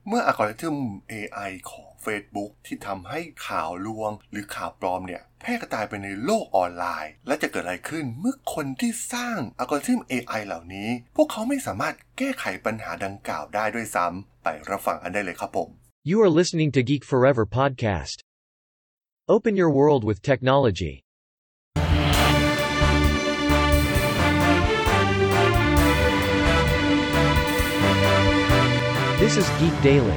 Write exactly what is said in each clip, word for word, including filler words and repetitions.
เมื่ออัลกอริทึม เอ ไอ ของ Facebook ที่ทำให้ข่าวลวงหรือข่าวปลอมเนี่ยแพร่กระจายไปในโลกออนไลน์และจะเกิดอะไรขึ้นเมื่อคนที่สร้างอัลกอริทึม เอ ไอ เหล่านี้พวกเขาไม่สามารถแก้ไขปัญหาดังกล่าวได้ด้วยซ้ำไปรับฟังกันได้เลยครับผม You are listening to Geek Forever podcast. Open your world with technology. This is Geek Daily.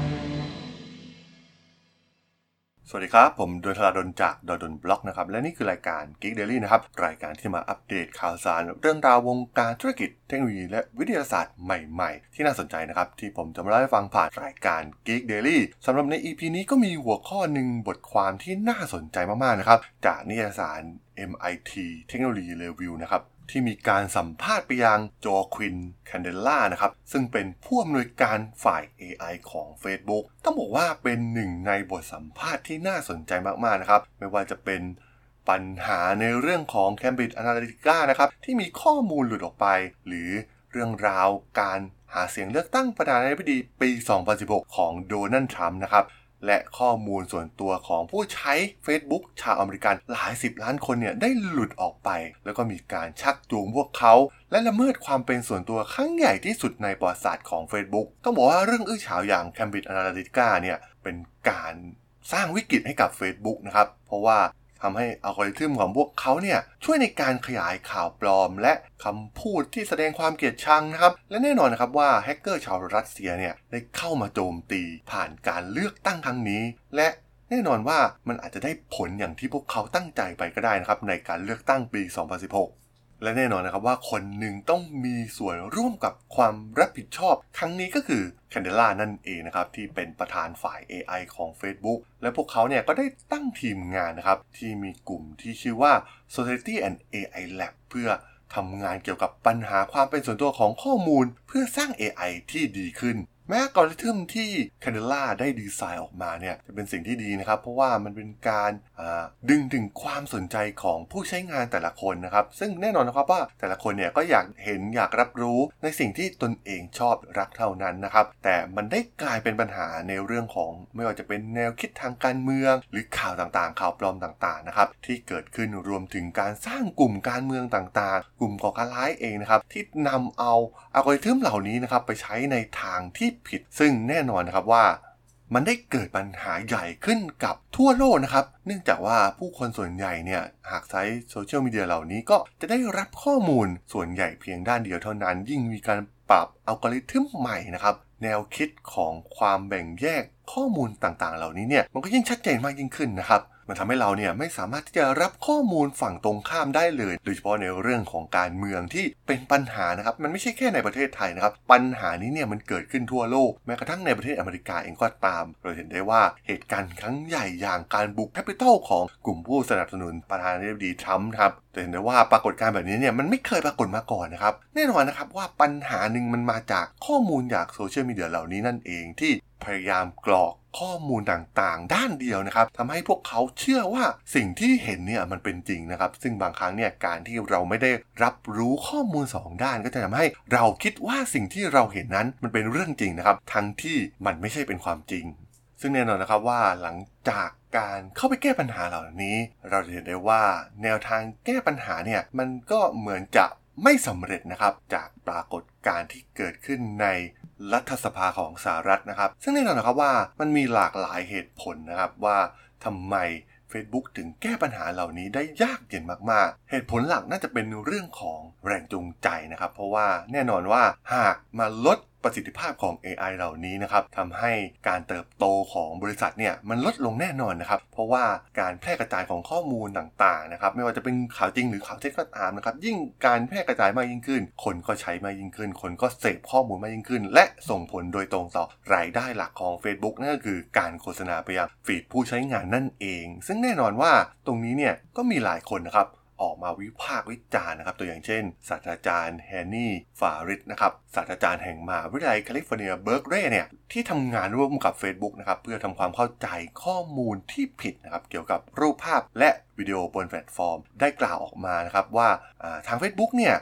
สวัสดีครับผมดลธราดลจากดลบล็อกนะครับและนี่คือรายการ Geek Daily นะครับรายการที่มาอัปเดตข่าวสารเรื่องราววงการธุรกิจเทคโนโลยีและวิทยาศาสตร์ใหม่ๆที่น่าสนใจนะครับที่ผมจะมาเล่าให้ฟังผ่านรายการ Geek Daily สำหรับใน อี พี นี้ก็มีหัวข้อหนึ่งบทความที่น่าสนใจมากๆนะครับจากนิตยสาร เอ็ม ไอ ที Technology Review นะครับที่มีการสัมภาษณ์ไปยังโจควินแคนเดลล่านะครับซึ่งเป็นผู้อำนวยการฝ่าย เอ ไอ ของ Facebook ต้องบอกว่าเป็นหนึ่งในบทสัมภาษณ์ที่น่าสนใจมากๆนะครับไม่ว่าจะเป็นปัญหาในเรื่องของ Cambridge Analytica นะครับที่มีข้อมูลหลุดออกไปหรือเรื่องราวการหาเสียงเลือกตั้งประธานาธิบดีปี สองพันสิบหก ของโดนัลด์ทรัมป์นะครับและข้อมูลส่วนตัวของผู้ใช้ Facebook ชาวอเมริกันหลายสิบล้านคนเนี่ยได้หลุดออกไปแล้วก็มีการชักจูงพวกเขาและละเมิดความเป็นส่วนตัวครั้งใหญ่ที่สุดในประวัติศาสตร์ของ Facebook ต้องบอกว่าเรื่องอื้อฉาวอย่าง Cambridge Analytica เนี่ยเป็นการสร้างวิกฤตให้กับ Facebook นะครับเพราะว่าทำให้อัลกอริทึมของพวกเขาเนี่ยช่วยในการขยายข่าวปลอมและคำพูดที่แสดงความเกลียดชังนะครับและแน่นอนนะครับว่าแฮกเกอร์ชาวรัสเซียเนี่ยได้เข้ามาโจมตีผ่านการเลือกตั้งครั้งนี้และแน่นอนว่ามันอาจจะได้ผลอย่างที่พวกเขาตั้งใจไปก็ได้นะครับในการเลือกตั้งปี สองพันสิบหกและแน่นอนนะครับว่าคนหนึ่งต้องมีส่วนร่วมกับความรับผิดชอบครั้งนี้ก็คือแคนเดล่านั่นเองนะครับที่เป็นประธานฝ่าย เอ ไอ ของ Facebook และพวกเขาเนี่ยก็ได้ตั้งทีมงานนะครับที่มีกลุ่มที่ชื่อว่า Society and เอ ไอ Lab เพื่อทำงานเกี่ยวกับปัญหาความเป็นส่วนตัวของข้อมูลเพื่อสร้าง เอ ไอ ที่ดีขึ้นแม้อัลกอริทึมที่ Candela ได้ดีไซน์ออกมาเนี่ยจะเป็นสิ่งที่ดีนะครับเพราะว่ามันเป็นการดึงถึงความสนใจของผู้ใช้งานแต่ละคนนะครับซึ่งแน่นอนนะครับว่าแต่ละคนเนี่ยก็อยากเห็นอยากรับรู้ในสิ่งที่ตนเองชอบรักเท่านั้นนะครับแต่มันได้กลายเป็นปัญหาในเรื่องของไม่ว่าจะเป็นแนวคิดทางการเมืองหรือข่าวต่างๆข่าวปลอมต่างๆนะครับที่เกิดขึ้นรวมถึงการสร้างกลุ่มการเมืองต่างๆกลุ่มก่อการร้ายเองนะครับที่นำเอาอัลกอริทึมเหล่านี้นะครับไปใช้ในทางที่ผิดซึ่งแน่นอนนะครับว่ามันได้เกิดปัญหาใหญ่ขึ้นกับทั่วโลกนะครับเนื่องจากว่าผู้คนส่วนใหญ่เนี่ยหากใช้โซเชียลมีเดียเหล่านี้ก็จะได้รับข้อมูลส่วนใหญ่เพียงด้านเดียวเท่านั้นยิ่งมีการปรับอัลกอริทึมใหม่นะครับแนวคิดของความแบ่งแยกข้อมูลต่างๆเหล่านี้เนี่ยมันก็ยิ่งชัดเจนมากยิ่งขึ้นนะครับมันทำให้เราเนี่ยไม่สามารถที่จะรับข้อมูลฝั่งตรงข้ามได้เลยโดยเฉพาะในเรื่องของการเมืองที่เป็นปัญหานะครับมันไม่ใช่แค่ในประเทศไทยนะครับปัญหานี้เนี่ยมันเกิดขึ้นทั่วโลกแม้กระทั่งในประเทศอเมริกาเองก็ตามเราเห็นได้ว่าเหตุการณ์ครั้งใหญ่อย่างการบุกแคปิตอลของกลุ่มผู้สนับสนุนประธานาธิบดีทรัมป์ครับจะเห็นได้ว่าปรากฏการณ์แบบนี้เนี่ยมันไม่เคยปรากฏมาก่อนนะครับแน่นอนนะครับว่าปัญหานึงมันมาจากข้อมูลจากโซเชียลมีเดียเหล่านี้นั่นเองที่พยายามกรอกข้อมูลต่างๆด้านเดียวนะครับทำให้พวกเขาเชื่อว่าสิ่งที่เห็นเนี่ยมันเป็นจริงนะครับซึ่งบางครั้งเนี่ยการที่เราไม่ได้รับรู้ข้อมูลสองด้านก็จะทำให้เราคิดว่าสิ่งที่เราเห็นนั้นมันเป็นเรื่องจริงนะครับทั้งที่มันไม่ใช่เป็นความจริงซึ่งแน่นอนนะครับว่าหลังจากการเข้าไปแก้ปัญหาเหล่านี้เราจะเห็นได้ว่าแนวทางแก้ปัญหาเนี่ยมันก็เหมือนจะไม่สำเร็จนะครับจากปรากฏการณ์ที่เกิดขึ้นในรัฐสภาของสหรัฐนะครับซึ่งแน่นอนนะครับว่ามันมีหลากหลายเหตุผลนะครับว่าทำไม Facebook ถึงแก้ปัญหาเหล่านี้ได้ยากเย็นมากๆเหตุผลหลักน่าจะเป็นเรื่องของแรงจูงใจนะครับเพราะว่าแน่นอนว่าหากมาลดประสิทธิภาพของ เอ ไอ เหล่านี้นะครับทำให้การเติบโตของบริษัทเนี่ยมันลดลงแน่นอนนะครับเพราะว่าการแพร่กระจายของข้อมูลต่างๆนะครับไม่ว่าจะเป็นข่าวจริงหรือข่าวเท็จก็ตามนะครับยิ่งการแพร่กระจายมากยิ่งขึ้นคนก็ใช้มากยิ่งขึ้นคนก็เสพข้อมูลมากยิ่งขึ้นและส่งผลโดยตรงต่อรายได้หลักของ Facebook นั่นก็คือการโฆษณาไปยังฟีดผู้ใช้งานนั่นเองซึ่งแน่นอนว่าตรงนี้เนี่ยก็มีหลายคนนะครับออกมาวิพากษ์วิจารณ์นะครับตัวอย่างเช่นศาสตราจารย์แฮนนี่ฟาริดนะครับศาสตราจารย์แห่งมหาวิทยาลัยแคลิฟอร์เนียเบิร์กเลย์เนี่ยที่ทำงานร่วมกับ Facebook นะครับเพื่อทำความเข้าใจข้อมูลที่ผิดนะครับเกี่ยวกับรูปภาพและวิดีโอบนแพลตฟอร์มได้กล่าวออกมานะครับว่าทาง Facebook เนี่ยท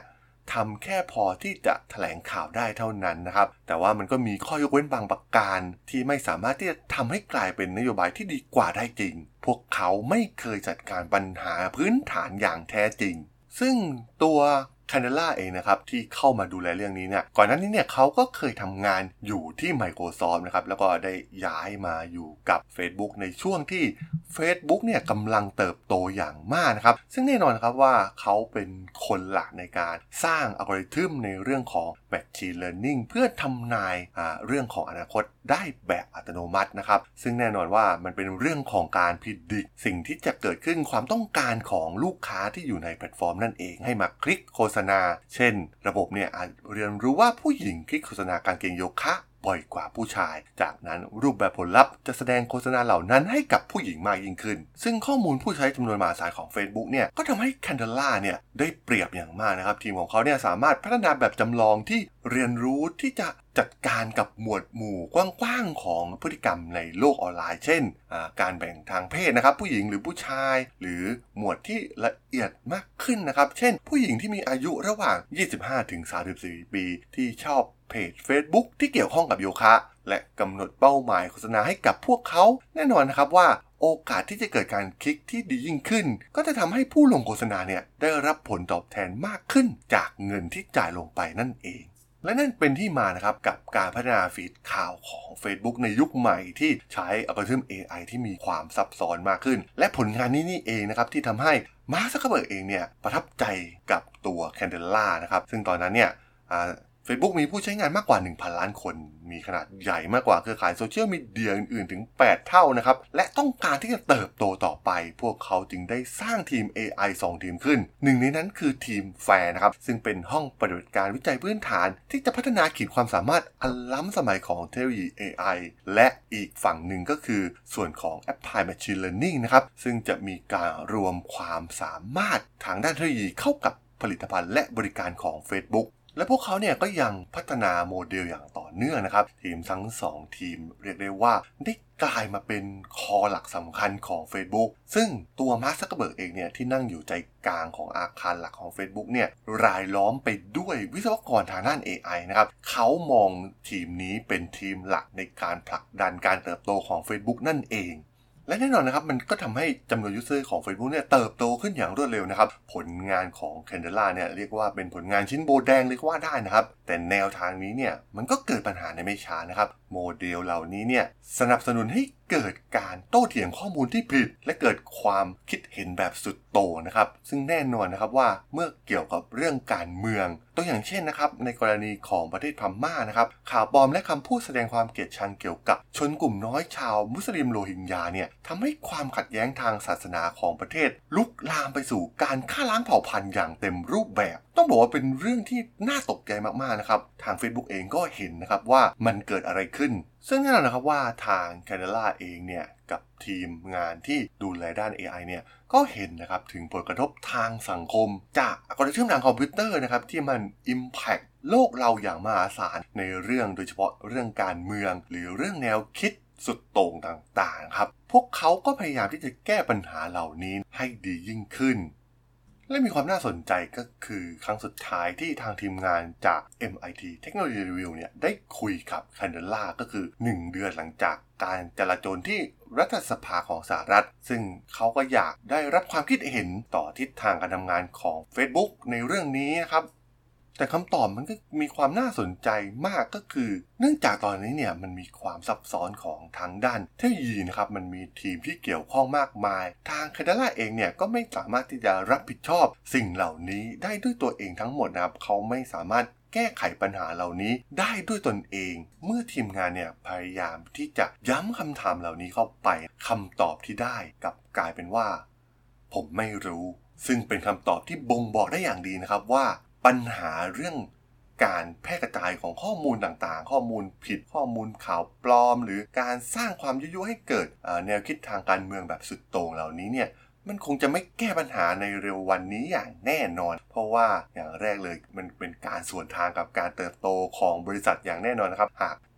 ทำแค่พอที่จะแถลงข่าวได้เท่านั้นนะครับแต่ว่ามันก็มีข้อยกเว้นบางประการที่ไม่สามารถที่จะทำให้กลายเป็นนโยบายที่ดีกว่าได้จริงพวกเขาไม่เคยจัดการปัญหาพื้นฐานอย่างแท้จริงซึ่งตัวคานาล่าเองนะครับที่เข้ามาดูแลเรื่องนี้เนี่ยก่อนหน้านี้เนี่ยเขาก็เคยทำงานอยู่ที่ Microsoft นะครับแล้วก็ได้ย้ายมาอยู่กับ Facebook ในช่วงที่ Facebook เนี่ยกำลังเติบโตอย่างมากนะครับซึ่งแน่นอนครับว่าเขาเป็นคนหลักในการสร้างอัลกอริทึมในเรื่องของ Machine Learning เพื่อทำนายอ่าเรื่องของอนาคตได้แบบอัตโนมัตินะครับซึ่งแน่นอนว่ามันเป็นเรื่องของการพิจิตรสิ่งที่จะเกิดขึ้นความต้องการของลูกค้าที่อยู่ในแพลตฟอร์มนั่นเองให้มาคลิกโฆษณาเช่นระบบเนี่ยอาจเรียนรู้ว่าผู้หญิงคลิกโฆษณากางเกงโยคะบ่อยกว่าผู้ชายจากนั้นรูปแบบผลลัพธ์จะแสดงโฆษณาเหล่านั้นให้กับผู้หญิงมากยิ่งขึ้นซึ่งข้อมูลผู้ใช้จำนวนมหาศาลของ Facebook เนี่ยก็ทำให้ Candela เนี่ยได้เปรียบอย่างมากนะครับทีมของเขาเนี่ยสามารถพัฒนาแบบจำลองที่เรียนรู้ที่จะจัดการกับหมวดหมู่กว้างๆของพฤติกรรมในโลกออนไลน์เช่นการแบ่งทางเพศนะครับผู้หญิงหรือผู้ชายหรือหมวดที่ละเอียดมากขึ้นนะครับเช่นผู้หญิงที่มีอายุระหว่าง ยี่สิบห้าถึงสามสิบสี่ ปีที่ชอบเพจ Facebook ที่เกี่ยวข้องกับโยคะและกำหนดเป้าหมายโฆษณาให้กับพวกเขาแน่นอนนะครับว่าโอกาสที่จะเกิดการคลิกที่ดียิ่งขึ้นก็จะทำให้ผู้ลงโฆษณาเนี่ยได้รับผลตอบแทนมากขึ้นจากเงินที่จ่ายลงไปนั่นเองและนั่นเป็นที่มานะครับกับการพัฒนาฟีดข่าวของ Facebook ในยุคใหม่ที่ใช้อัลกอริทึม เอ ไอ ที่มีความซับซ้อนมากขึ้นและผลงานนี้นี่เองนะครับที่ทำให้มาร์ค ซักเคอร์เบิร์กเองเนี่ยประทับใจกับตัว Candela นะครับซึ่งตอนนั้นเนี่ยFacebook มีผู้ใช้งานมากกว่า หนึ่งพัน ล้านคนมีขนาดใหญ่มากกว่าเครือข่ายโซเชียลมีเดียอื่นๆถึงแปดเท่านะครับและต้องการที่จะเติบโตต่อไปพวกเขาจึงได้สร้างทีม เอ ไอ สอง ทีมขึ้นหนึ่งในนั้นคือทีมแฟร์นะครับซึ่งเป็นห้องปฏิบัติการวิจัยพื้นฐานที่จะพัฒนาขีดความสามารถอันล้ำสมัยของเทคโนโลยี เอ ไอ และอีกฝั่งหนึ่งก็คือส่วนของ Applied Machine Learning นะครับซึ่งจะมีการรวมความสามารถทางด้านเทคโนโลยีเข้ากับผลิตภัณฑ์และบริการของ Facebookและพวกเขาเนี่ยก็ยังพัฒนาโมเดลอย่างต่อเนื่องนะครับทีมทั้งสองทีมเรียกได้ว่าได้กลายมาเป็นคอหลักสำคัญของ Facebook ซึ่งตัวมาร์ค ซักเคอร์เบิร์กเองเนี่ยที่นั่งอยู่ใจกลางของอาคารหลักของ Facebook เนี่ยรายล้อมไปด้วยวิศวกรทางด้าน เอ ไอ นะครับเขามองทีมนี้เป็นทีมหลักในการผลักดันการเติบโตของ Facebook นั่นเองและแน่นอนนะครับมันก็ทำให้จำนวนยูเซอร์ของ Facebook เนี่ยเติบโตขึ้นอย่างรวดเร็วนะครับผลงานของ Candela เนี่ยเรียกว่าเป็นผลงานชิ้นโบแดงเลยก็ว่าได้นะครับแต่แนวทางนี้เนี่ยมันก็เกิดปัญหาในไม่ช้านะครับโมเดลเหล่านี้เนี่ยสนับสนุนให้เกิดการโต้เถียงข้อมูลที่ผิดและเกิดความคิดเห็นแบบสุดโต่งนะครับซึ่งแน่นอนนะครับว่าเมื่อเกี่ยวกับเรื่องการเมืองตัวอย่างเช่นนะครับในกรณีของประเทศพม่านะครับข่าวปลอมและคำพูดแสดงความเกลียดชังเกี่ยวกับชนกลุ่มน้อยชาวมุสลิมโรฮิงญาเนี่ยทำให้ความขัดแย้งทางศาสนาของประเทศลุกลามไปสู่การฆ่าล้างเผ่าพันธุ์อย่างเต็มรูปแบบต้องบอกว่าเป็นเรื่องที่น่าตกใจมากๆนะครับทาง Facebook เองก็เห็นนะครับว่ามันเกิดอะไรขึ้นซึ่งแน่นอนนะครับว่าทาง Candela เองเนี่ยกับทีมงานที่ดูแลด้าน เอ ไอ เนี่ยก็เห็นนะครับถึงผลกระทบทางสังคมจากอัลกอริทึมทางคอมพิวเตอร์นะครับที่มัน impact โลกเราอย่างมหาศาลในเรื่องโดยเฉพาะเรื่องการเมืองหรือเรื่องแนวคิดสุดโต่งต่างๆครับพวกเขาก็พยายามที่จะแก้ปัญหาเหล่านี้ให้ดียิ่งขึ้นและมีความน่าสนใจก็คือครั้งสุดท้ายที่ทางทีมงานจาก เอ็ม ไอ ที Technology Review เนี่ยได้คุยกับ Candela ก็คือหนึ่งเดือนหลังจากการจลาจลที่รัฐสภาของสหรัฐซึ่งเขาก็อยากได้รับความคิดเห็นต่อทิศทางการทำงานของ Facebook ในเรื่องนี้นะครับแต่คำตอบมันก็มีความน่าสนใจมากก็คือเนื่องจากตอนนี้เนี่ยมันมีความซับซ้อนของทางด้านเทคโนโลยีนะครับมันมีทีมที่เกี่ยวข้องมากมายทาง Candela เองเนี่ยก็ไม่สามารถที่จะรับผิดชอบสิ่งเหล่านี้ได้ด้วยตัวเองทั้งหมดนะครับเขาไม่สามารถแก้ไขปัญหาเหล่านี้ได้ด้วยตนเองเมื่อทีมงานเนี่ยพยายามที่จะย้ำคำถามเหล่านี้เข้าไปคำตอบที่ได้กลับกลายเป็นว่าผมไม่รู้ซึ่งเป็นคำตอบที่บ่งบอกได้อย่างดีนะครับว่าปัญหาเรื่องการแพร่กระจายของข้อมูลต่างๆข้อมูลผิดข้อมูลข่าวปลอมหรือการสร้างความยั่วยุให้เกิดแนวคิดทางการเมืองแบบสุดโต่งเหล่านี้เนี่ยมันคงจะไม่แก้ปัญหาในเร็ววันนี้อย่างแน่นอนเพราะว่าอย่างแรกเลยมันเป็นการสวนทางกับการเติบโตของบริษัทอย่างแน่นอนนะครับหาก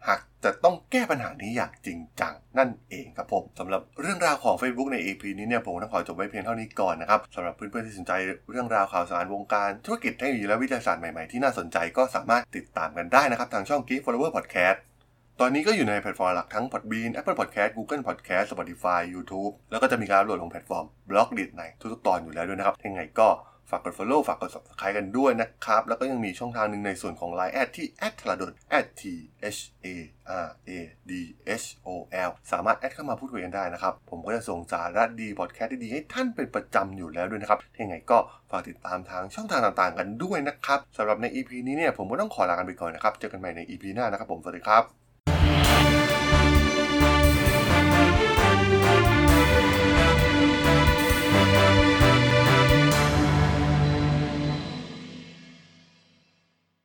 หากจะต้องแก้ปัญหานี้อย่างจริงจังนั่นเองครับผมสำหรับเรื่องราวของ Facebook ใน อี พี นี้เนี่ยผมต้องขอจบไว้เพียงเท่านี้ก่อนนะครับสำหรับเพื่อนๆที่สนใจเรื่องราวข่าวสารวงการธุรกิจเทคโนโลยีและวิทยาศาสตร์ใหม่ๆที่น่าสนใจก็สามารถติดตามกันได้นะครับทางช่อง Geek Flower Podcast ตอนนี้ก็อยู่ในแพลตฟอร์มหลักทั้ง Podbean Apple Podcast Google Podcast Spotify YouTube แล้วก็จะมีการอัปโหลดลงแพลตฟอร์ม Blogdit ในทุกๆตอนอยู่แล้วด้วยนะครับยังไงก็ฝากกด follow ฝากกด subscribe กันด้วยนะครับแล้วก็ยังมีช่องทางนึงในส่วนของ ไลน์ แอดที่ แอท ทาราดล แอท ที เอช เอ อาร์ เอ ดี เอช โอ แอล สามารถแอดเข้ามาพูดคุยกันได้นะครับผมก็จะส่งสาระดีพอดแคสต์ดีๆให้ท่านเป็นประจำอยู่แล้วด้วยนะครับยังไงก็ฝากติดตามทางช่องทางต่างๆกันด้วยนะครับสำหรับใน อี พี นี้เนี่ยผมก็ต้องขอลากันไปก่อนนะครับเจอกันใหม่ใน อี พี หน้านะครับผมสวัสดีครับ